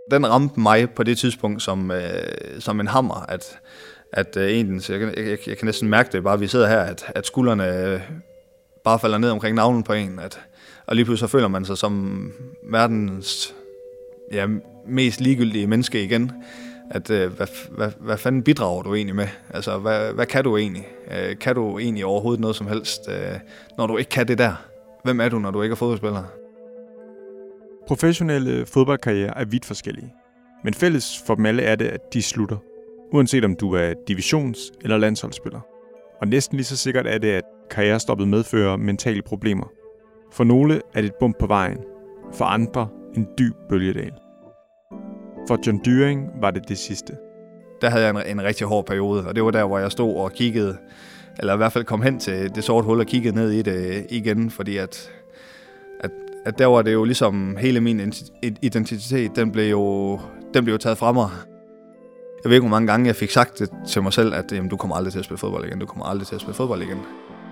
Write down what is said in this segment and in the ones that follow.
Den ramte mig på det tidspunkt som en hammer, at egentlig, så jeg kan næsten mærke det, bare vi sidder her, at skuldrene bare falder ned omkring navlen på en, og lige pludselig så føler man sig som verdens mest ligegyldige menneske igen. At hvad fanden bidrager du egentlig med? Altså, hvad kan du egentlig? Kan du egentlig overhovedet noget som helst, når du ikke kan det der? Hvem er du, når du ikke er fodboldspiller? Professionelle fodboldkarrierer er vidt forskellige. Men fælles for dem alle er det, at de slutter. Uanset om du er divisions- eller landsholdsspiller. Og næsten lige så sikkert er det, at karrierestoppet medfører mentale problemer. For nogle er det et bump på vejen. For andre en dyb bølgedal. For John Dyrring var det sidste. Der havde jeg en rigtig hård periode, og det var der, hvor jeg stod og kiggede, eller i hvert fald kom hen til det sorte hul og kiggede ned i det igen, fordi at der var det jo ligesom hele min identitet, den blev jo taget fra mig. Jeg ved ikke, hvor mange gange jeg fik sagt det til mig selv, at jamen, du kommer aldrig til at spille fodbold igen, du kommer aldrig til at spille fodbold igen.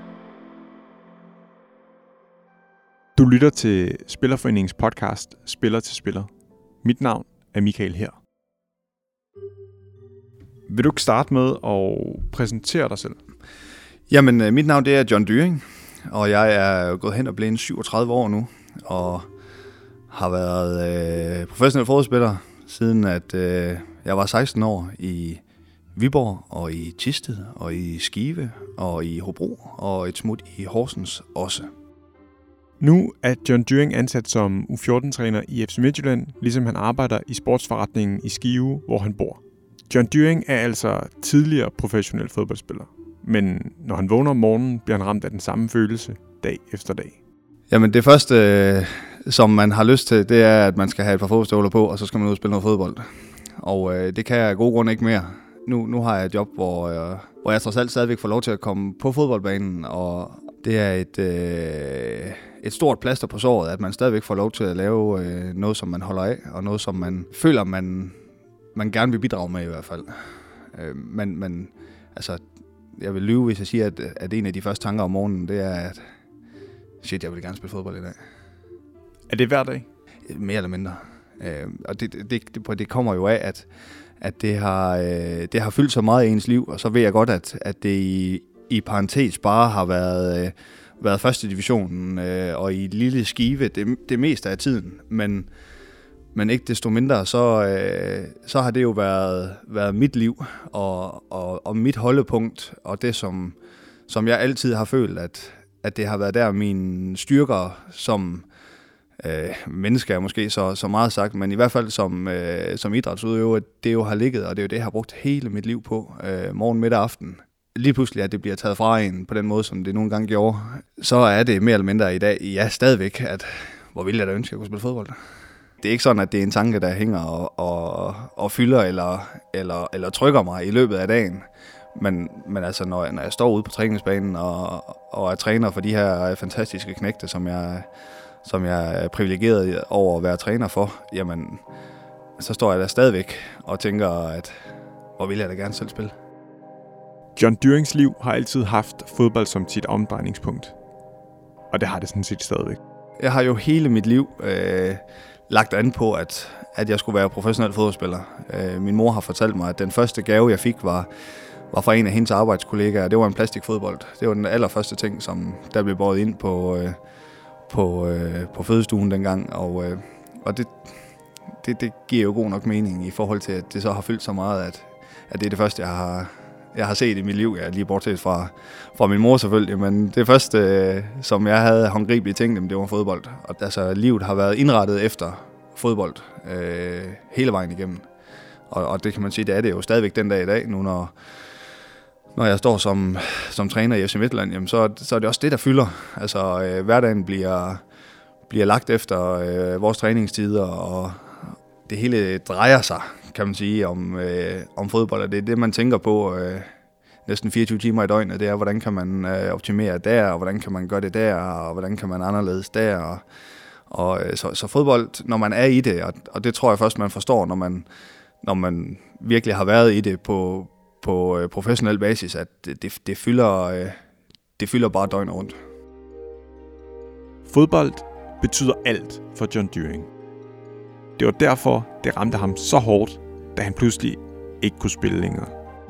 Du lytter til Spillerforeningens podcast Spiller til Spiller. Mit navn er Michael her. Vil du ikke starte med at præsentere dig selv? Jamen, mit navn det er John Dyrring, og jeg er gået hen og blevet 37 år nu, og har været professionel fodboldspiller siden at jeg var 16 år i Viborg og i Thisted og i Skive og i Hobro og et smut i Horsens også. Nu er John Dyrring ansat som U14-træner i FC Midtjylland, ligesom han arbejder i sportsforretningen i Skive, hvor han bor. John Dyrring er altså tidligere professionel fodboldspiller, men når han vågner om morgenen, bliver han ramt af den samme følelse dag efter dag. Jamen det første, som man har lyst til, det er, at man skal have et par fodboldstøvler på, og så skal man ud og spille noget fodbold. Og det kan jeg af gode grunde ikke mere. Nu har jeg et job, hvor jeg trods alt stadigvæk får lov til at komme på fodboldbanen, og det er et stort plaster på såret, at man stadigvæk får lov til at lave noget, som man holder af, og noget, som man føler, man gerne vil bidrage med i hvert fald. Men altså, jeg vil lyve, hvis jeg siger, at en af de første tanker om morgenen, det er, at shit, jeg vil gerne spille fodbold i dag. Er det hver dag? Mere eller mindre. Og det kommer jo af, at det har fyldt så meget i ens liv, og så ved jeg godt, at det i parentes bare har været første divisionen og i lille Skive det meste af tiden, men ikke desto mindre, så har det jo været mit liv og mit holdepunkt, og det som jeg altid har følt, at det har været der mine styrker som menneske er måske så meget sagt, men i hvert fald som idrætsudøver, det jo har ligget, og det er jo det, jeg har brugt hele mit liv på, morgen, middag og aften. Lige pludselig, at det bliver taget fra en på den måde, som det nogle gange gjorde, så er det mere eller mindre i dag, stadigvæk, at hvor ville jeg da ønske, at jeg kunne spille fodbold. Det er ikke sådan, at det er en tanke, der hænger og fylder eller trykker mig i løbet af dagen. Men altså, når jeg står ude på træningsbanen og er træner for de her fantastiske knægte, som jeg er privilegeret over at være træner for, jamen, så står jeg der stadigvæk og tænker, at hvor vil jeg da gerne selv spille. John Dyrrings liv har altid haft fodbold som sit omdrejningspunkt. Og det har det sådan set stadigvæk. Jeg har jo hele mit liv lagt an på, at jeg skulle være professionel fodboldspiller. Min mor har fortalt mig, at den første gave, jeg fik, var fra en af hendes arbejdskollegaer. Det var en plastikfodbold. Det var den allerførste ting, som der blev båret ind på fødestuen dengang. Og det giver jo god nok mening i forhold til, at det så har fyldt så meget, at det er det første, jeg har set i mit liv. Jeg er lige bortset fra min mor selvfølgelig, men det første, som jeg havde håndgribelige ting, det var fodbold. Og altså, livet har været indrettet efter fodbold hele vejen igennem. Og det kan man sige, det er det jo stadigvæk den dag i dag, nu når jeg står som træner i FC Midtjylland, jamen så er det også det, der fylder. Altså, hverdagen bliver lagt efter vores træningstider, og det hele drejer sig, kan man sige, om fodbold. Og det er det, man tænker på næsten 24 timer i døgnet. Det er, hvordan kan man optimere der, og hvordan kan man gøre det der, og hvordan kan man anderledes der. Så fodbold, når man er i det, og det tror jeg først, man forstår, når man virkelig har været i det på professionel basis, at det fylder bare døgnet rundt. Fodbold betyder alt for John Dyrring. det var derfor, det ramte ham så hårdt, da han pludselig ikke kunne spille længere.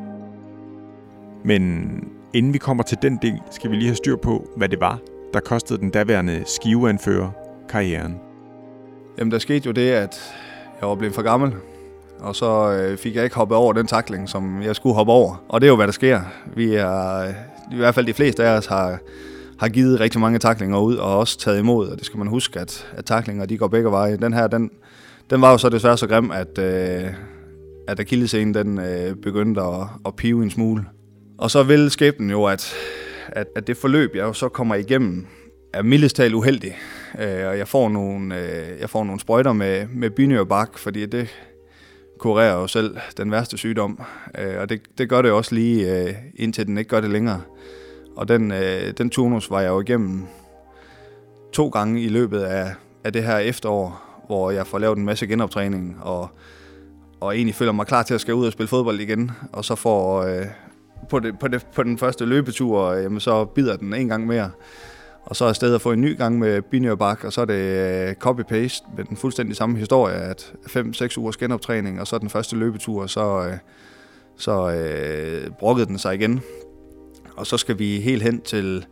Men inden vi kommer til den del, skal vi lige have styr på, hvad det var, der kostede den daværende Skive-anfører karrieren. Jamen, der skete jo det, at jeg var blevet for gammel, og så fik jeg ikke hoppet over den tackling, som jeg skulle hoppe over. Og det er jo, hvad der sker. Vi er, i hvert fald de fleste af os, har givet rigtig mange tacklinger ud, og også taget imod, og det skal man huske, at tacklinger, de går begge veje. Den her, den var jo så desværre så grim, at akillessenen, den begyndte at pive en smule. Og så vil skæbnen jo, at det forløb, jeg jo så kommer igennem, er mildest talt uheldig. Og jeg får nogle sprøjter med binyrebak, fordi det kurerer jo selv den værste sygdom. Og det gør det også lige, indtil den ikke gør det længere. Og den turnus var jeg jo igennem 2 gange i løbet af det her efterår, hvor jeg får lavet en masse genoptræning, og egentlig føler mig klar til at skal ud og spille fodbold igen. Og så får på den første løbetur, jamen, så bider den en gang mere. Og så er stedet at få en ny gang med binyrebak, og så er det copy-paste med den fuldstændig samme historie, at 5-6 ugers genoptræning, og så den første løbetur, så brokkede den sig igen. Og så skal vi helt hen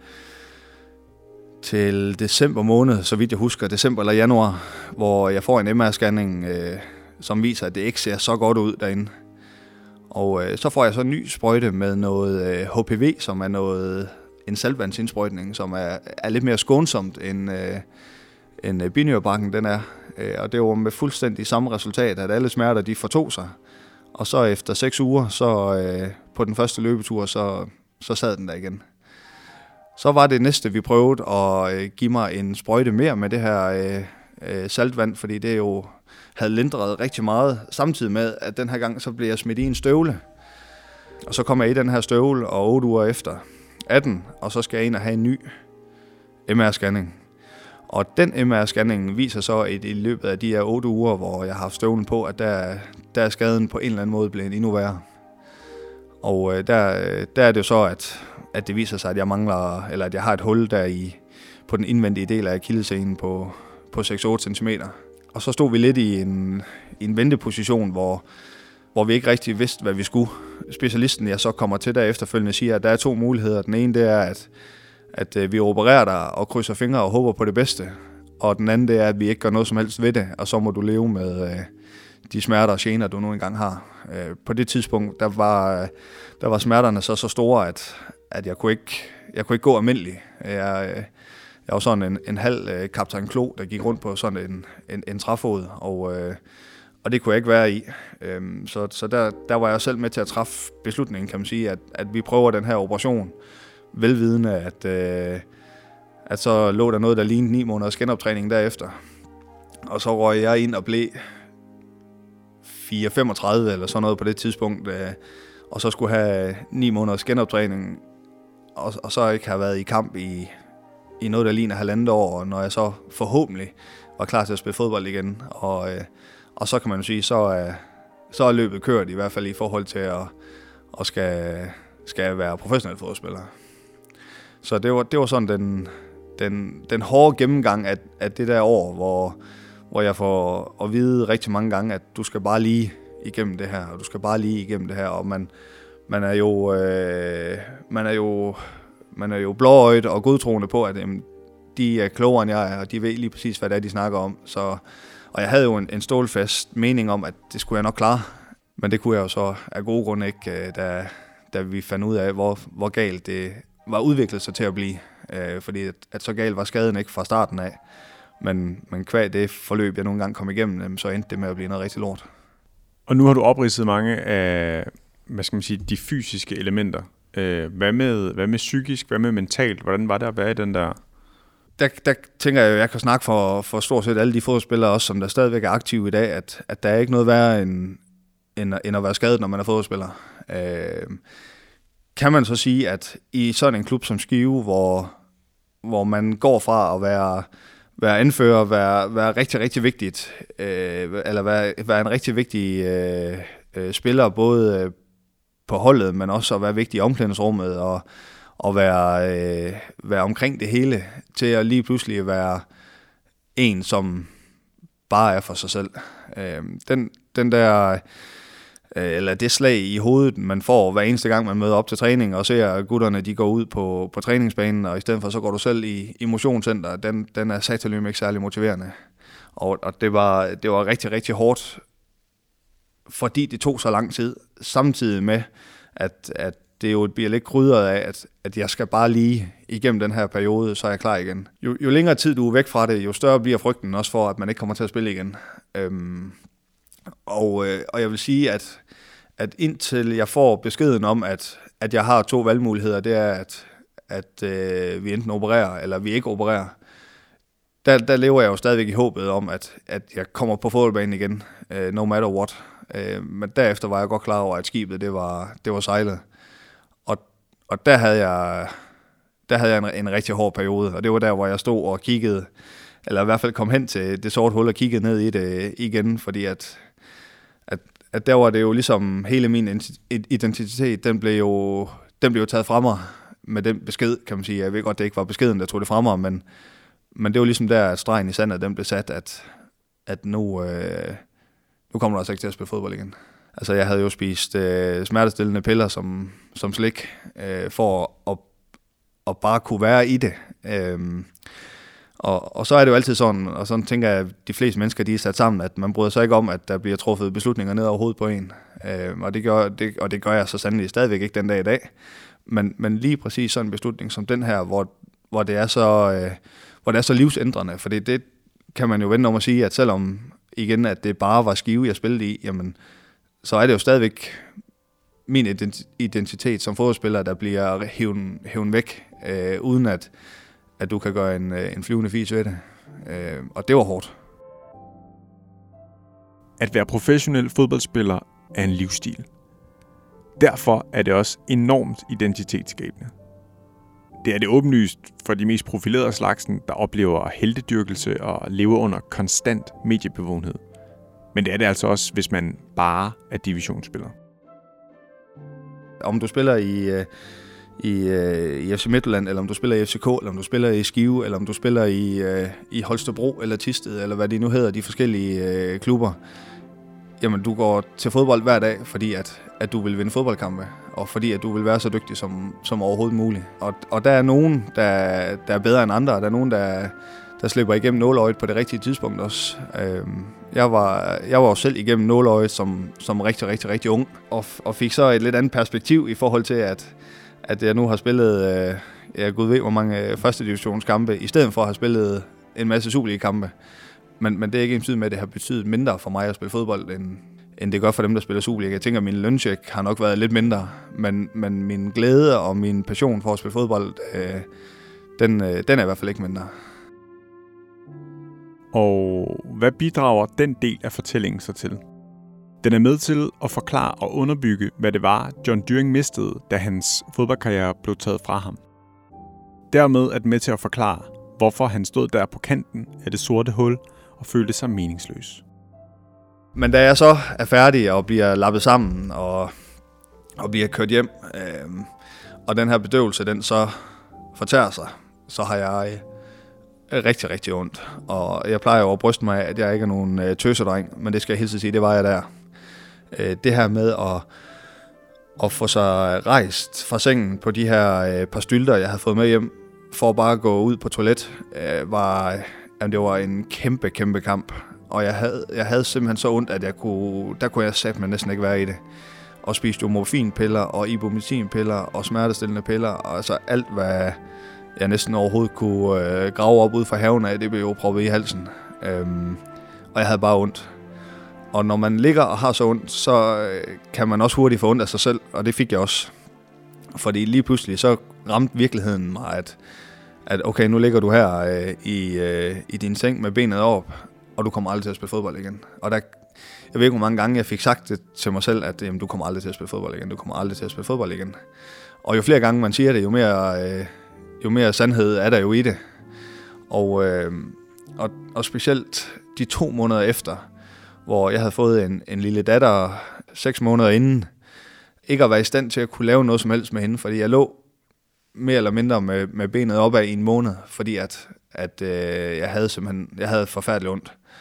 til december måned, så vidt jeg husker, december eller januar, hvor jeg får en MR-scanning, som viser, at det ikke ser så godt ud derinde. Og så får jeg så en ny sprøjte med noget HPV, som er en saltvandsindsprøjtning, som er lidt mere skånsomt end binyrebakken den er. Og det var med fuldstændig samme resultat, at alle smerter de fortog sig. Og så efter 6 uger, så på den første løbetur, så sad den der igen. Så var det næste, vi prøvede at give mig en sprøjte mere med det her saltvand, fordi det jo havde lindret rigtig meget, samtidig med, at den her gang, så blev jeg smidt i en støvle. Og så kom jeg i den her støvle, og 8 uger efter 18, og så skal jeg ind og have en ny MR-scanning. Og den MR-scanning viser så i løbet af de her 8 uger, hvor jeg har haft støvlen på, at der er skaden på en eller anden måde blevet endnu værre. Og der er det jo så, at det viser sig, at jeg mangler, eller at jeg har et hul der på den indvendige del af akillessenen på 6-8 cm. Og så stod vi lidt i en venteposition, hvor vi ikke rigtig vidste, hvad vi skulle. Specialisten, jeg så kommer til der efterfølgende, siger, at der er 2 muligheder. Den ene, det er, at vi opererer dig og krydser fingre og håber på det bedste. Og den anden, det er, at vi ikke gør noget som helst ved det, og så må du leve med de smerter og gener, du nu engang har. På det tidspunkt, der var smerterne så store, at jeg kunne ikke gå almindeligt. Jeg var sådan en halv kaptajn Klo, der gik rundt på sådan en træfod, og det kunne jeg ikke være i. Så der var jeg selv med til at træffe beslutningen, kan man sige, at vi prøver den her operation, velvidende, at så lå der noget, der lignede 9 måneders genoptræning derefter. Og så røg jeg ind og blev 4-35 eller sådan noget på det tidspunkt, og så skulle have 9 måneders genoptræning, og så ikke have været i kamp i noget, der ligner 1,5 år, når jeg så forhåbentlig var klar til at spille fodbold igen. Og så kan man jo sige, så er løbet kørt, i hvert fald i forhold til at skal være professionel fodboldspiller. Så det var sådan den hårde gennemgang af det der år, hvor jeg får at vide rigtig mange gange, at du skal bare lige igennem det her, og du skal bare lige igennem det her, og man er jo blåøjet og godtroende på, at de er klogere end jeg er, og de ved lige præcis, hvad det er, de snakker om. Og jeg havde jo en stålfast mening om, at det skulle jeg nok klare, men det kunne jeg jo så af gode grunde ikke, da vi fandt ud af, hvor galt det var udviklet sig til at blive. Fordi at så galt var skaden ikke fra starten af. Men kvad det forløb, jeg nogle gange kom igennem, så endte det med at blive noget rigtig lort. Og nu har du opridset mange af, hvad skal man sige, de fysiske elementer. Hvad med psykisk, hvad med mentalt? Hvordan var det at være i den der? Der tænker jeg, at jeg kan snakke for stort set alle de fodboldspillere også, som der stadigvæk er aktive i dag, at der er ikke noget værre end at være skadet, når man er fodboldspiller. Kan man så sige, at i sådan en klub som Skive, hvor man går fra at være anfører, være rigtig, rigtig vigtigt, eller være en rigtig vigtig spiller, både på holdet, men også at være vigtig i omklædningsrummet, og være omkring det hele, til at lige pludselig være en, som bare er for sig selv. Den der, eller det slag i hovedet, man får hver eneste gang, man møder op til træning, og ser at gutterne, de går ud på træningsbanen, og i stedet for, så går du selv i motionscenter, den er satanym ikke særlig motiverende. Og det var rigtig, rigtig hårdt, fordi det tog så lang tid, samtidig med, at det jo bliver lidt krydret af, at jeg skal bare lige igennem den her periode, så er jeg klar igen. Jo længere tid du er væk fra det, jo større bliver frygten også for, at man ikke kommer til at spille igen. Og jeg vil sige, at indtil jeg får beskeden om, at jeg har 2 valgmuligheder, det er, at vi enten opererer, eller vi ikke opererer, der lever jeg jo stadigvæk i håbet om, at jeg kommer på fodboldbanen igen, no matter what. Men derefter var jeg godt klar over, at skibet det var sejlet. Og der havde jeg en rigtig hård periode, og det var der, hvor jeg stod og kiggede, eller i hvert fald kom hen til det sorte hul og kiggede ned i det igen, fordi at der var det jo ligesom hele min identitet, den blev jo taget fra mig med den besked, kan man sige. Jeg ved godt, det ikke var beskeden, der tog det fra mig, men det var ligesom der, at stregen i sandet, den blev sat, at nu kommer der altså ikke til at spille fodbold igen. Altså, jeg havde jo spist smertestillende piller som slik, for at bare kunne være i det. Og så er det jo altid sådan, og sådan tænker jeg, at de fleste mennesker, de er sat sammen, at man bryder sig ikke om, at der bliver truffet beslutninger ned over hovedet på en. Og det gør jeg så sandelig stadigvæk ikke den dag i dag. Men lige præcis sådan en beslutning som den her, hvor det er så livsændrende, for det kan man jo vende om at sige, at selvom igen, at det bare var Skive, jeg spillede i, jamen, så er det jo stadigvæk min identitet som fodboldspiller, der bliver hævet væk, uden at du kan gøre en flyvende fis ved det. Og det var hårdt. At være professionel fodboldspiller er en livsstil. Derfor er det også enormt identitetsskabende. Det er det åbenlyst for de mest profilerede slagsen, der oplever heltedyrkelse og lever under konstant mediebevågenhed. Men det er det altså også, hvis man bare er divisionsspiller. Om du spiller i FC Midtjylland, eller om du spiller i FCK, eller om du spiller i Skive, eller om du spiller i Holstebro eller Thisted, eller hvad de nu hedder, de forskellige klubber. Jamen, du går til fodbold hver dag, fordi at du vil vinde fodboldkampe, og fordi at du vil være så dygtig som overhovedet muligt. Og der er nogen, der er bedre end andre, og der er nogen, der slipper igennem nåleøjet på det rigtige tidspunkt også. Jeg var jo selv igennem nåleøjet som rigtig, rigtig, rigtig ung, og fik så et lidt andet perspektiv i forhold til, at jeg nu har spillet, jeg gud ved hvor mange første divisionskampe, i stedet for at have spillet en masse Superliga-kampe. Men det er ikke ensbetydende med, at det har betydet mindre for mig at spille fodbold, end det gør for dem, der spiller Superliga. Jeg tænker, at min løncheck har nok været lidt mindre, men min glæde og min passion for at spille fodbold, den er i hvert fald ikke mindre. Og hvad bidrager den del af fortællingen så til? Den er med til at forklare og underbygge, hvad det var, John Dyrring mistede, da hans fodboldkarriere blev taget fra ham. Dermed er den med til at forklare, hvorfor han stod der på kanten af det sorte hul og følte sig meningsløs. Men da jeg så er færdig og bliver lappet sammen og bliver kørt hjem, og den her bedøvelse, den så fortærer sig, så har jeg rigtig, rigtig ondt. Og jeg plejer jo at bryste mig af, at jeg ikke er nogen tøsedreng, men det skal jeg hilse sige, det var jeg der. Det her med at få sig rejst fra sengen på de her par stylter, jeg havde fået med hjem, for bare at gå ud på toilet, det var en kæmpe, kæmpe kamp. Og jeg havde simpelthen så ondt, at der kunne jeg satme næsten ikke være i det. Og spiste jo morfinpiller og ibuprofen-piller og smertestillende piller, og altså alt, hvad jeg næsten overhovedet kunne grave op ud fra haven af, det blev jo proppet i halsen. Og jeg havde bare ondt. Og når man ligger og har så ondt, så kan man også hurtigt få ondt af sig selv, og det fik jeg også. Fordi lige pludselig så ramte virkeligheden mig, at okay, nu ligger du her i din seng med benet op, og du kommer aldrig til at spille fodbold igen. Og jeg ved ikke, hvor mange gange jeg fik sagt det til mig selv, at jamen, du kommer aldrig til at spille fodbold igen, du kommer aldrig til at spille fodbold igen. Og jo flere gange man siger det, jo mere sandhed er der jo i det. Og specielt de 2 måneder efter, hvor jeg havde fået en lille datter 6 måneder inden, ikke at være i stand til at kunne lave noget som helst med hende, fordi jeg lå mere eller mindre med benet opad i en måned, fordi at jeg havde forfærdeligt ondt.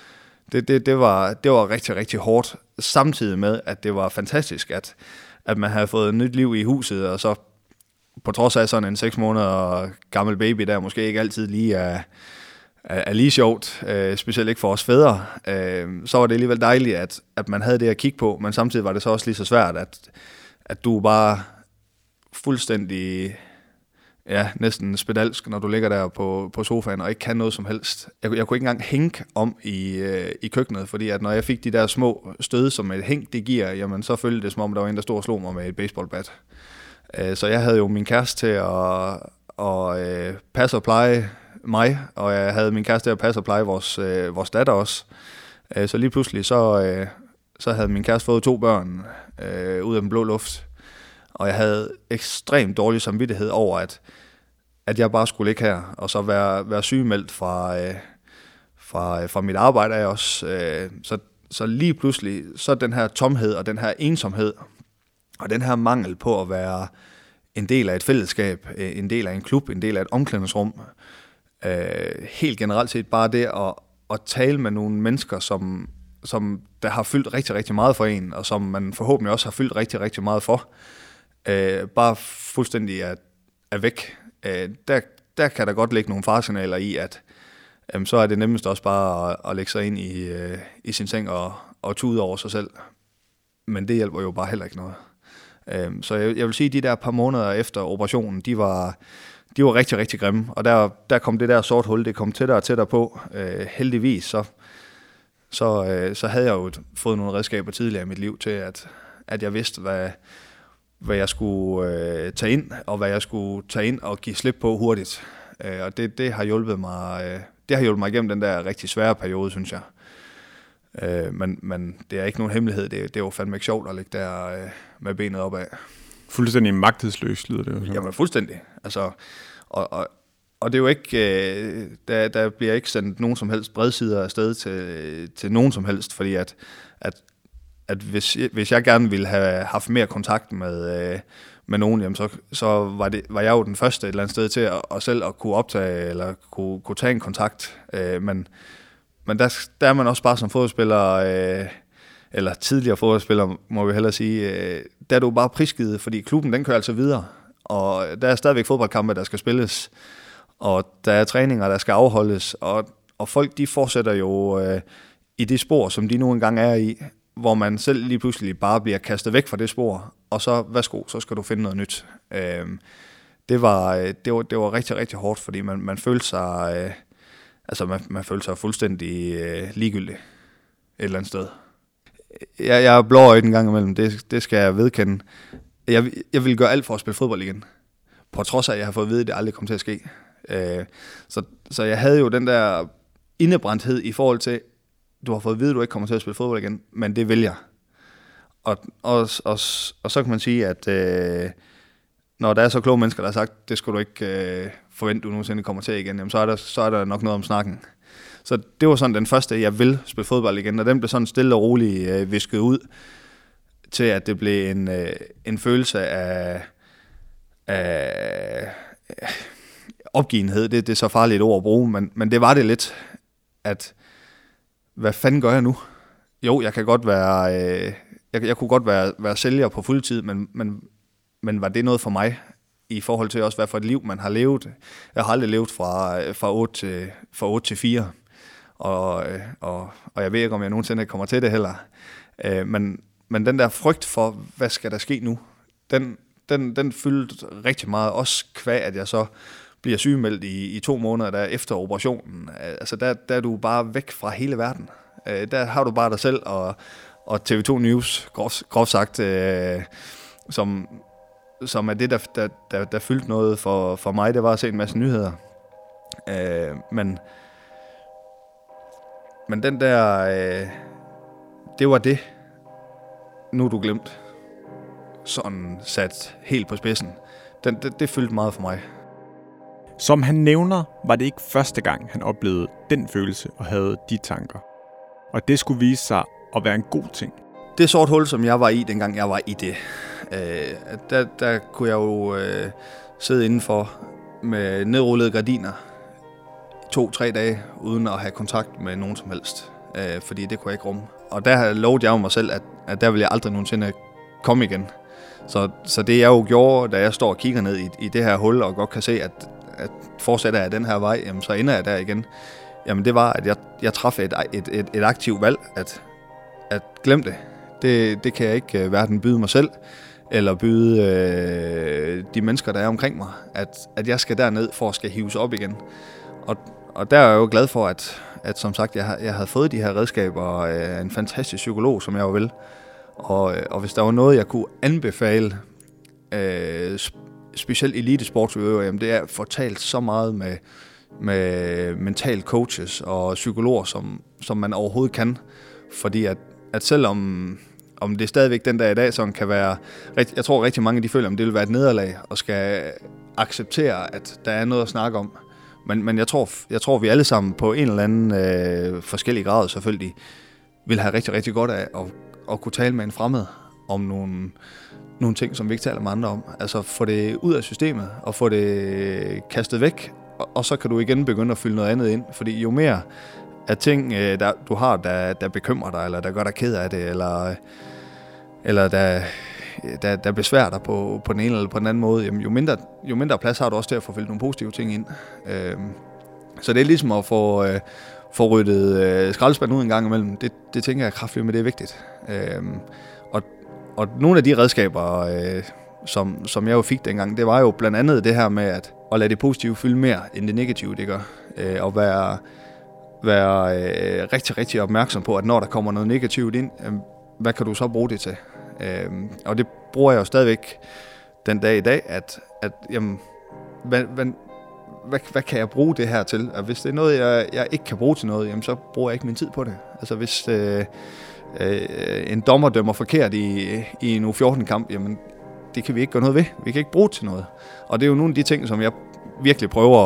Det var rigtig, rigtig hårdt, samtidig med, at det var fantastisk, at man havde fået et nyt liv i huset, og så på trods af sådan en 6 måneder gammel baby, der måske ikke altid lige er lige sjovt, specielt ikke for os fædre, så var det alligevel dejligt, at man havde det at kigge på, men samtidig var det så også lige så svært, at du bare fuldstændig, næsten spedalsk, når du ligger der på sofaen og ikke kan noget som helst. Jeg kunne ikke engang hænke om i køkkenet, fordi at når jeg fik de der små stød, som et hænk det giver, jamen så følte det som om, der var en, der stod og slog mig med et baseballbat. Så jeg havde jo min kæreste til at passe og pleje mig, og jeg havde min kæreste til at passe og pleje vores datter også. Så lige pludselig, så havde min kæreste fået 2 børn ud af den blå luft, og jeg havde ekstremt dårlig samvittighed over, at jeg bare skulle ligge her, og så være sygemeldt fra mit arbejde af også. Så lige pludselig, så den her tomhed og den her ensomhed, og den her mangel på at være en del af et fællesskab, en del af en klub, en del af et omklædningsrum, helt generelt set bare det at tale med nogle mennesker, som der har fyldt rigtig, rigtig meget for en, og som man forhåbentlig også har fyldt rigtig, rigtig meget for, bare fuldstændig er væk. Der kan der godt ligge nogle faresignaler i, at så er det nemmest også bare at lægge sig ind i sin seng og tude over sig selv. Men det hjælper jo bare heller ikke noget. Så jeg vil sige, at de der par måneder efter operationen, de var rigtig, rigtig grimme. Og der kom det der sort hul, det kom tættere og tættere på. Heldigvis, så havde jeg jo fået nogle redskaber tidligere i mit liv til, at jeg vidste, hvad jeg skulle tage ind, og hvad jeg skulle tage ind og give slip på hurtigt. Og det har hjulpet mig. Det har hjulpet mig igennem den der rigtig svære periode, synes jeg. Men det er ikke nogen hemmelighed. Det er jo fandme ikke sjovt at ligge der med benet opad. Fuldstændig magtesløs lyder det jo. Jamen fuldstændig. Altså, og det er jo ikke, der bliver ikke sendt nogen som helst bredsider afsted til nogen som helst, fordi at hvis jeg gerne ville have haft mere kontakt med nogen, jamen så var jeg jo den første et eller andet sted til at selv at kunne optage eller kunne tage en kontakt. Men der er man også bare som fodboldspiller, eller tidligere fodboldspiller, må vi hellere sige, der er du bare prisgivet, fordi klubben den kører altså videre, og der er stadigvæk fodboldkampe, der skal spilles, og der er træninger, der skal afholdes, og folk de fortsætter jo i det spor, som de nu engang er i, hvor man selv lige pludselig bare bliver kastet væk fra det spor, og så værsgo, så skal du finde noget nyt. Det var rigtig, rigtig hårdt, fordi man følte sig, man følte sig fuldstændig ligegyldig et eller andet sted. Jeg er blåøjet en gang imellem, det skal jeg vedkende. Jeg vil gøre alt for at spille fodbold igen, på trods af, at jeg har fået at vide, at det aldrig kommer til at ske. Så jeg havde jo den der indebrændthed i forhold til, du har fået at vide, at du ikke kommer til at spille fodbold igen, men det vil jeg. Og så kan man sige, at når der er så kloge mennesker, der har sagt, det skal du ikke forvente, du nogensinde kommer til igen, jamen så er der nok noget om snakken. Så det var sådan den første, jeg vil spille fodbold igen, og den blev sådan stille og roligt visket ud, til at det blev en følelse af opgivenhed. Det er så farligt et ord at bruge, men det var det lidt, at hvad fanden gør jeg nu? Jo, jeg kan godt være, jeg kunne godt være sælger på fuldtid, men var det noget for mig i forhold til også, hvad for et liv man har levet? Jeg har aldrig levet fra 8 til 4, og jeg ved ikke, om jeg nogensinde kommer til det heller. Men den der frygt for, hvad skal der ske nu, den fyldte rigtig meget, også kvad, at jeg så bliver sygemeldt i 2 måneder der efter operationen. Altså der er du bare væk fra hele verden. Der har du bare dig selv og TV2 News, groft sagt, som er det, der fyldte noget for mig. Det var at se en masse nyheder. Men den der, det var det. Nu er du glemt. Sådan sat helt på spidsen. Det fyldte meget for mig. Som han nævner, var det ikke første gang, han oplevede den følelse og havde de tanker. Og det skulle vise sig at være en god ting. Det sort hul, som jeg var i, dengang jeg var i det, der kunne jeg jo sidde indenfor med nedrullede gardiner 2-3 dage, uden at have kontakt med nogen som helst. fordi det kunne jeg ikke rumme. Og der lovede jeg jo mig selv, at der ville jeg aldrig nogensinde komme igen. Så det jeg jo gjorde, da jeg står og kigger ned i det her hul, og godt kan se, at fortsætter jeg den her vej, jamen, så ender jeg der igen. Jamen det var, at jeg traf et aktivt valg, at glem det. Det kan jeg ikke hverken byde mig selv, eller byde de mennesker, der er omkring mig, at jeg skal derned for at skal hives op igen. Og der er jeg jo glad for, at som sagt, jeg havde fået de her redskaber af en fantastisk psykolog, som jeg jo vil. Og hvis der var noget, jeg kunne anbefale, specielt elitesportsudøvere, jamen det er at få talt så meget med mental coaches og psykologer, som man overhovedet kan. Fordi at selvom det stadigvæk den dag i dag, som kan være, jeg tror rigtig mange, de føler, at det vil være et nederlag, og skal acceptere, at der er noget at snakke om. Men jeg tror, vi alle sammen på en eller anden forskellig grad selvfølgelig vil have rigtig, rigtig godt af at kunne tale med en fremmed om nogle ting, som vi ikke taler med andre om. Altså få det ud af systemet og få det kastet væk, og så kan du igen begynde at fylde noget andet ind. Fordi jo mere af ting, du har, der bekymrer dig, eller der gør dig ked af det, eller der besværer dig på den ene eller på den anden måde, jamen, jo mindre plads har du også til at få fyldt nogle positive ting ind. Så det er ligesom at få ryddet skraldespanden ud en gang imellem. Det tænker jeg kraftigt, men det er vigtigt. Og nogle af de redskaber, som jeg jo fik dengang, det var jo blandt andet det her med at lade det positive fylde mere, end det negative, det gør. Og være rigtig, rigtig opmærksom på, at når der kommer noget negativt ind, hvad kan du så bruge det til? Og det bruger jeg jo stadigvæk den dag i dag, at jamen, hvad kan jeg bruge det her til? Og hvis det er noget, jeg ikke kan bruge til noget, jamen, så bruger jeg ikke min tid på det. Altså hvis en dommer dømmer forkert i en U14-kamp, jamen det kan vi ikke gøre noget ved. Vi kan ikke bruge det til noget. Og det er jo nogle af de ting, som jeg virkelig prøver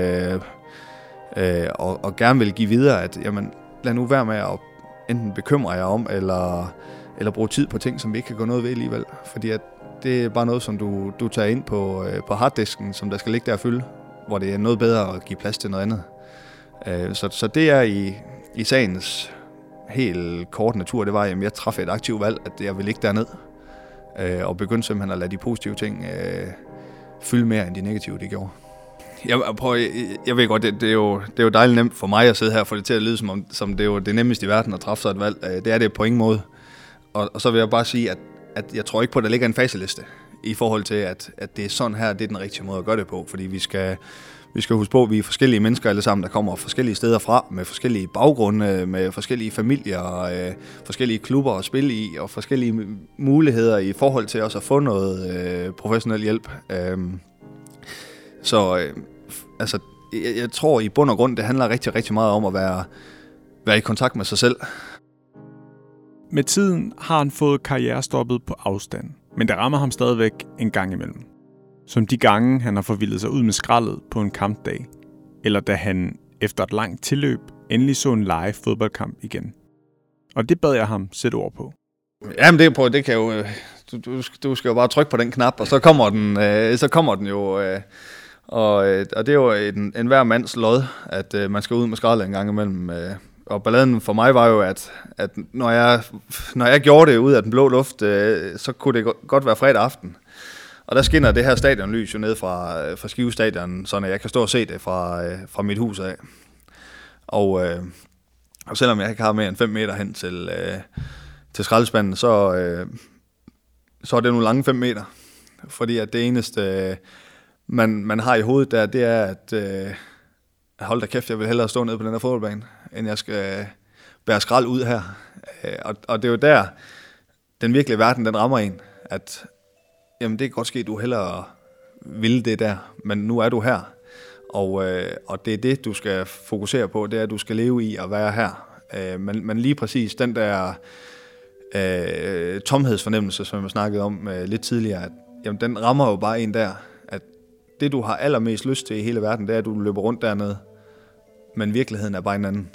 og gerne vil give videre, at jamen, lad nu være med at enten bekymre jer om, eller bruge tid på ting, som vi ikke kan gå noget ved alligevel. Fordi at det er bare noget, som du tager ind på harddisken, som der skal ligge der og fylde, hvor det er noget bedre at give plads til noget andet. Så det er i sagens helt kort natur, det var, at jeg traf et aktivt valg, at jeg ville ligge derned og begynde simpelthen at lade de positive ting fylde mere, end de negative, de gjorde. Jeg ved godt, det er jo dejligt nemt for mig at sidde her og få det til at lyde, som det er jo det nemmeste i verden at træffe sig et valg. Det er det på ingen måde. Og så vil jeg bare sige, at jeg tror ikke på, at der ligger en faseliste i forhold til, at det er sådan her, det er den rigtige måde at gøre det på. Fordi vi skal huske på, at vi er forskellige mennesker alle sammen, der kommer forskellige steder fra, med forskellige baggrunde, med forskellige familier, forskellige klubber at spille i, og forskellige muligheder i forhold til også at få noget professionel hjælp. Altså, jeg tror i bund og grund, det handler rigtig, rigtig meget om at være i kontakt med sig selv. Med tiden har han fået karrierestoppet på afstand, men det rammer ham stadigvæk en gang imellem. Som de gange, han har forvildet sig ud med skraldet på en kampdag, eller da han efter et langt tilløb endelig så en live fodboldkamp igen. Og det bad jeg ham sætte ord på. Jamen det kan jo... Du skal jo bare trykke på den knap, og så kommer den jo... Og det er jo en hver mands lod, at man skal ud med skraldet en gang imellem. Og balladen for mig var jo, at når jeg gjorde det ud af den blå luft, så kunne det godt være fredag aften. Og der skinner det her stadionlys jo ned fra Skive Stadion, så jeg kan stå og se det fra mit hus af. Og selvom jeg ikke har mere end 5 meter hen til skraldespanden, så er det nogle lange 5 meter. Fordi at det eneste, man har i hovedet der, det er, at hold da kæft, jeg vil hellere stå nede på den her fodboldbane, end jeg skal bære skrald ud her. Og det er jo der, den virkelige verden, den rammer en, at jamen, det kan godt ske, at du hellere vil det der, men nu er du her. Og det er det, du skal fokusere på, det er, at du skal leve i at være her. Men lige præcis den der tomhedsfornemmelse, som jeg snakkede om lidt tidligere, at jamen, den rammer jo bare en der, at det, du har allermest lyst til i hele verden, det er, at du løber rundt dernede, men virkeligheden er bare en anden.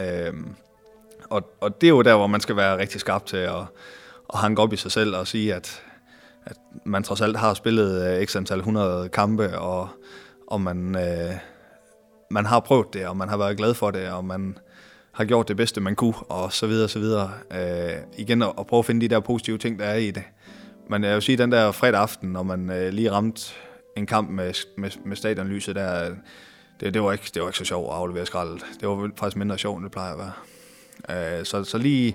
Og det er jo der, hvor man skal være rigtig skarp til at hanke op i sig selv og sige, at man trods alt har spillet x antal 100 kampe, og man har prøvet det, og man har været glad for det, og har gjort det bedste, man kunne, og så videre, så videre. Igen at prøve at finde de der positive ting, der er i det. Men jeg vil sige, den der fredag aften, når man lige ramte en kamp med stadionlyset der, det var ikke så sjovt at aflevere skraldet. Det var faktisk mindre sjovt, end det plejer at være. Så lige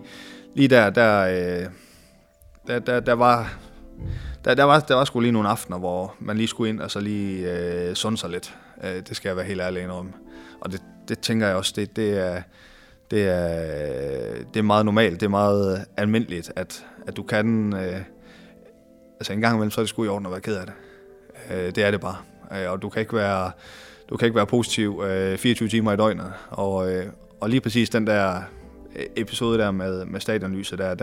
der var sgu lige nogle aftener, hvor man lige skulle ind og så lige sunde sig lidt. Det skal jeg være helt ærlig indrømme. Og det tænker jeg også, det er meget normalt, det er meget almindeligt, at du kan, altså en gang imellem, så er det sgu i orden at være ked af det. Det er det bare. Og du kan ikke være positiv 24 timer i døgnet. Og lige præcis den der episode der med stadionlyset der,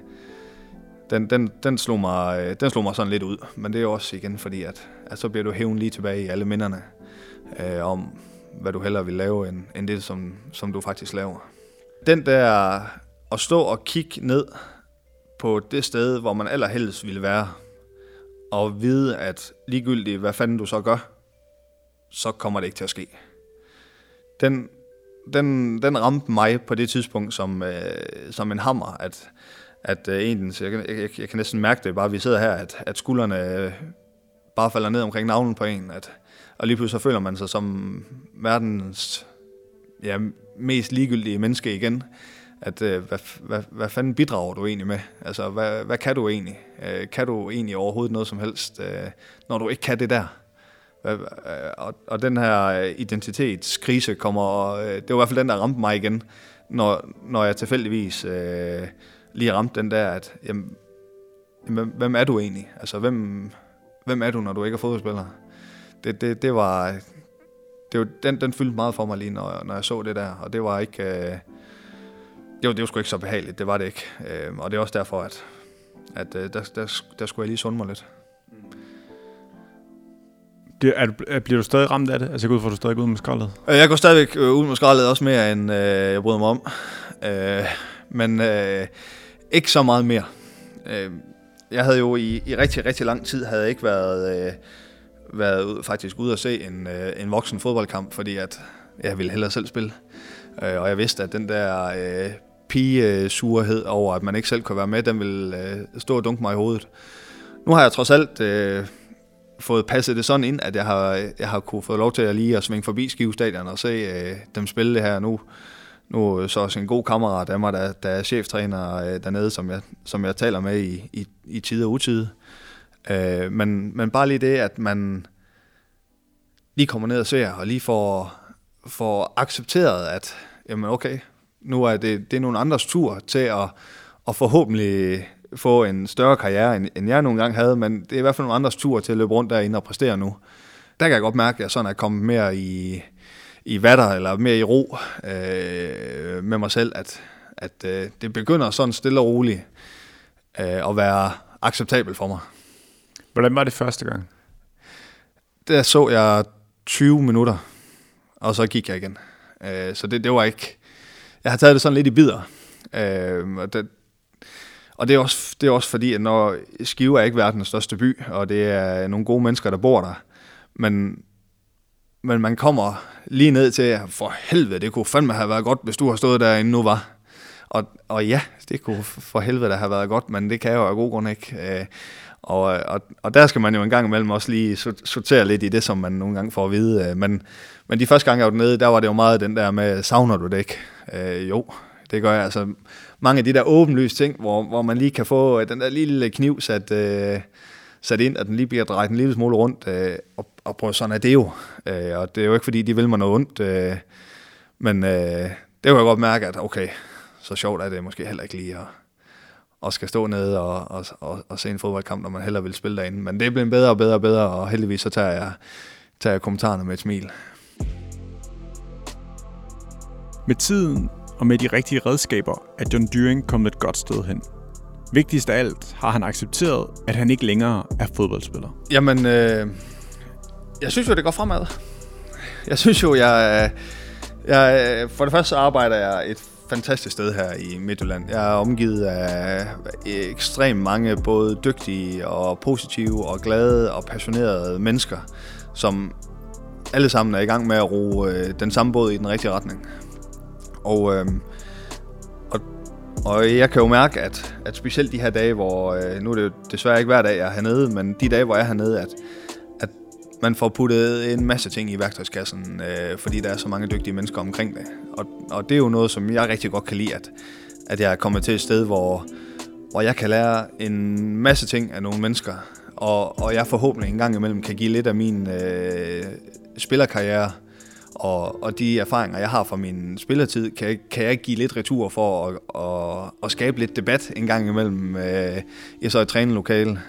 den slog mig sådan lidt ud. Men det er jo også igen fordi, at så bliver du hæven lige tilbage i alle minderne om, hvad du hellere vil lave, end det, som du faktisk laver. Den der at stå og kigge ned på det sted, hvor man allerhelst ville være, og vide, at ligegyldigt, hvad fanden du så gør, så kommer det ikke til at ske. Den ramte mig på det tidspunkt som en hammer, at egentlig, jeg kan næsten mærke det, bare vi sidder her, at skuldrene bare falder ned omkring navlen på en, og lige pludselig så føler man sig som verdens mest ligegyldige menneske igen. At hvad fanden bidrager du egentlig med? Altså, hvad kan du egentlig? Kan du egentlig overhovedet noget som helst, når du ikke kan det der? Og den her identitetskrise kommer, det var i hvert fald den, der ramte mig igen, når jeg tilfældigvis lige ramte den der, at jamen, hvem er du egentlig? Altså, hvem er du, når du ikke er fodboldspiller? Det var den fyldte meget for mig lige, når jeg så det der, og det var ikke... Det var sgu ikke så behageligt, det var det ikke. Og det er også derfor, at der skulle jeg lige sunde mig lidt. Bliver du stadig ramt af det? Altså jeg går ud fra, at du stadig går ud med skraldet? Jeg går stadigvæk ud med skraldet, også mere end jeg bryder mig om. Men ikke så meget mere. Jeg havde jo i rigtig, rigtig lang tid havde ikke været faktisk ude at se en voksen fodboldkamp, fordi at jeg ville hellere selv spille. Og jeg vidste, at den der pigesurhed over, at man ikke selv kunne være med, den ville stå og dunke mig i hovedet. Nu har jeg trods alt fået passet det sådan ind, at jeg har kunne få lov til at lige at svinge forbi Skive Stadion og se dem spille det her nu. Nu så også en god kammerat af mig, der er cheftræner dernede, som jeg taler med i tide og utide. Men bare lige det, at man lige kommer ned og ser, og lige får accepteret, at jamen okay, nu er det er nogle andres tur til at forhåbentlig få en større karriere, end jeg nogle gange havde, men det er i hvert fald nogle andres tur til at løbe rundt derinde og præstere nu. Der kan jeg godt mærke, at jeg sådan er kommet mere i vatter, eller mere i ro med mig selv, at det begynder sådan stille og roligt at være acceptabelt for mig. Hvordan var det første gang? Der så jeg 20 minutter, og så gik jeg igen. Så det var ikke... Jeg har taget det sådan lidt i bidder. Og det er også fordi, at når Skive er ikke verdens største by, og det er nogle gode mennesker, der bor der, men man kommer lige ned til, for helvede, det kunne fandme have været godt, hvis du har stået derinde nu, var. Og ja, det kunne for helvede have været godt, men det kan jeg jo af god grund ikke. Og der skal man jo en gang imellem også lige sortere lidt i det, som man nogle gange får at vide. Men de første gange, jeg var dernede, der var det jo meget den der med, savner du det ikke? Jo, det gør jeg. Altså, mange af de der åbenlyse ting, hvor man lige kan få den der lille kniv sat ind, at den lige bliver drejet en lille smule rundt. Og prøv, sådan er det jo. Og det er jo ikke, fordi de vil mig noget ondt. Men det kan jeg godt mærke, at okay, så sjovt er det måske heller ikke lige og skal stå nede og se en fodboldkamp, når man hellere vil spille derinde. Men det er blevet bedre og bedre og bedre, og heldigvis så tager jeg kommentarerne med et smil. Med tiden og med de rigtige redskaber er John Dyrring kommet et godt sted hen. Vigtigst af alt har han accepteret, at han ikke længere er fodboldspiller. Jamen, jeg synes jo, det går fremad. Jeg synes jo, jeg for det første så arbejder jeg et fantastisk sted her i Midtjylland. Jeg er omgivet af ekstremt mange både dygtige og positive og glade og passionerede mennesker, som alle sammen er i gang med at ro den samme båd i den rigtige retning. Og jeg kan jo mærke, at specielt de her dage, hvor, nu er det jo desværre ikke hver dag, jeg er hernede, men de dage, hvor jeg er hernede, at man får puttet en masse ting i værktøjskassen, fordi der er så mange dygtige mennesker omkring det. Og det er jo noget, som jeg rigtig godt kan lide, at jeg er kommet til et sted, hvor jeg kan lære en masse ting af nogle mennesker, og jeg forhåbentlig en gang imellem kan give lidt af min spillerkarriere, og de erfaringer, jeg har fra min spillertid, kan jeg give lidt retur for at skabe lidt debat en gang imellem i så et trænelokale.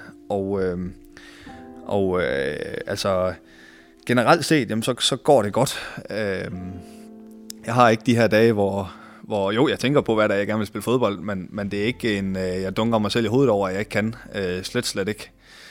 Altså generelt set, jamen, så går det godt. Jeg har ikke de her dage, hvor jo, jeg tænker på hver dag, jeg gerne vil spille fodbold, men det er ikke jeg dunker mig selv i hovedet over, at jeg ikke kan. Slet ikke.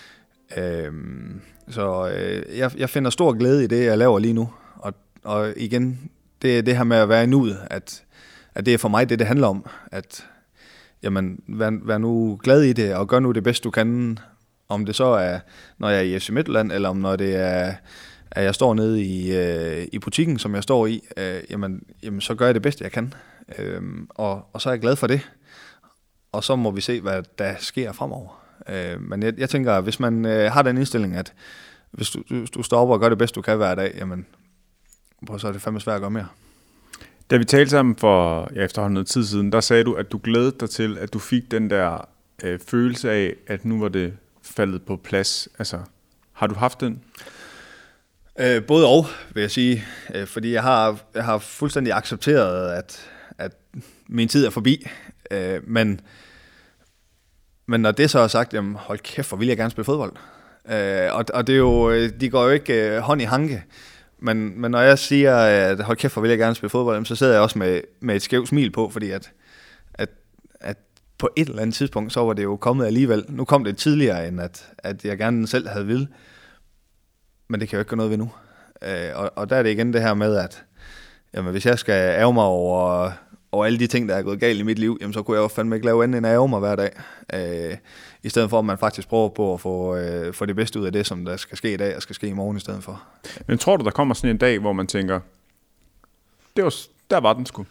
Jeg finder stor glæde i det, jeg laver lige nu. Og igen, det er det her med at være i nuet, at det er for mig det handler om. At jamen, vær nu glad i det, og gør nu det bedste, du kan. Om det så er, når jeg er i FC Midtjylland, eller om når det er, at jeg står nede i butikken, som jeg står i, jamen, så gør jeg det bedste, jeg kan. Og så er jeg glad for det. Og så må vi se, hvad der sker fremover. Men jeg tænker, at hvis man har den indstilling, at hvis du står op og gør det bedste, du kan hver dag, jamen, så er det fandme svært at gøre mere. Da vi talte sammen for efterhånden noget tid siden, der sagde du, at du glædede dig til, at du fik den der følelse af, at nu var det faldet på plads. Altså, har du haft den? Både og, vil jeg sige. Fordi jeg har fuldstændig accepteret, at min tid er forbi. Men når det så er sagt, jamen hold kæft, hvor vil jeg gerne spille fodbold. Og det er jo, de går jo ikke hånd i hanke. Men når jeg siger, at hold kæft, hvor vil jeg gerne spille fodbold, så sidder jeg også med et skævt smil på, fordi at på et eller andet tidspunkt, så var det jo kommet alligevel. Nu kom det tidligere, end at jeg gerne selv havde ville. Men det kan jo ikke gøre noget ved nu. Og der er det igen det her med, at jamen, hvis jeg skal ærge mig over alle de ting, der er gået galt i mit liv, jamen, så kunne jeg jo fandme ikke lave andet end at ærge mig hver dag. I stedet for, at man faktisk prøver på at få det bedste ud af det, som der skal ske i dag, og skal ske i morgen i stedet for. Men tror du, der kommer sådan en dag, hvor man tænker, der var den sgu?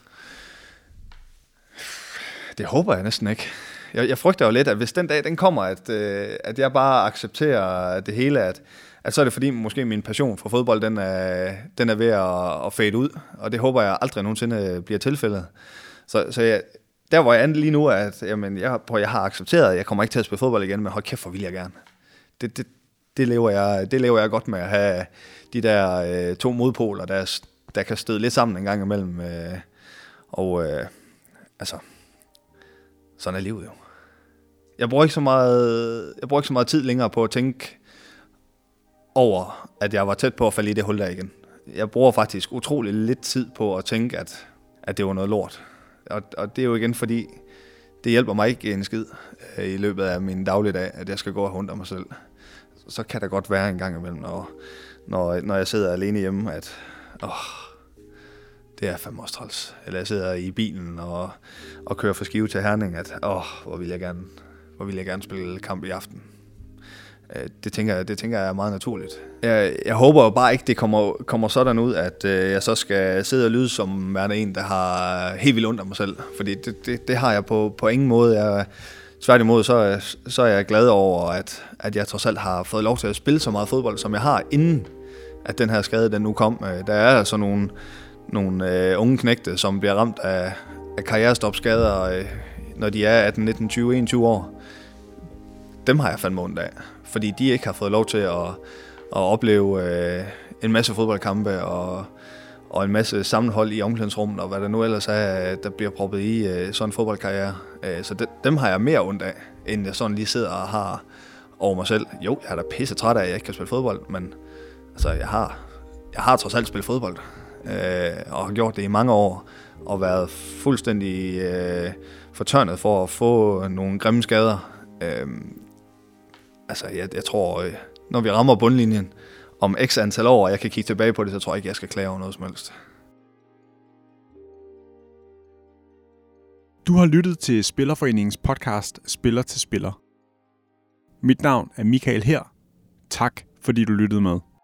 Det håber jeg næsten ikke. Jeg frygter jo lidt, at hvis den dag den kommer, at jeg bare accepterer det hele, at så er det fordi, måske min passion for fodbold, den er ved at fade ud, og det håber jeg aldrig nogensinde bliver tilfældet. Så der hvor jeg er lige nu, at jamen, jeg har accepteret, at jeg kommer ikke til at spille fodbold igen, men hold kæft, hvor vil jeg gerne. Det lever jeg godt med at have de der to modpoler, der kan støde lidt sammen en gang imellem. Altså, sådan er livet jo. Jeg bruger ikke så meget tid længere på at tænke over, at jeg var tæt på at falde i det hul der igen. Jeg bruger faktisk utrolig lidt tid på at tænke, at det var noget lort. Og det er jo igen, fordi det hjælper mig ikke en skid i løbet af min dagligdag, at jeg skal gå og hunde mig selv. Så kan det godt være en gang imellem, når jeg sidder alene hjemme, at det er fandme også træls. Eller jeg sidder i bilen og kører fra Skive til Herning, at hvor vil jeg gerne spille kamp i aften. Det tænker jeg er meget naturligt. Jeg håber jo bare ikke, det kommer sådan ud, at jeg så skal sidde og lyde som en, der har helt vildt ondt af mig selv. Fordi det har jeg på ingen måde. Tværtimod så er jeg glad over, at jeg trods alt har fået lov til at spille så meget fodbold, som jeg har, inden at den her skade den nu kom. Der er altså nogle unge knægte, som bliver ramt af karrierestopskader, når de er 18, 19, 20, 21 år. Dem har jeg fandme ondt af, fordi de ikke har fået lov til at opleve en masse fodboldkampe og en masse sammenhold i omklædningsrummet, og hvad der nu ellers er, der bliver proppet i sådan en fodboldkarriere. Så dem har jeg mere ondt af, end jeg sådan lige sidder og har over mig selv. Jo, jeg er da pisse træt af, at jeg ikke kan spille fodbold, men altså, jeg har trods alt spillet fodbold, og har gjort det i mange år, og været fuldstændig fortørnet for at få nogle grimme skader. Altså, jeg tror, når vi rammer bundlinjen om x antal år, og jeg kan kigge tilbage på det, så tror jeg ikke, jeg skal klage over noget som helst. Du har lyttet til Spillerforeningens podcast Spiller til Spiller. Mit navn er Michael her. Tak, fordi du lyttede med.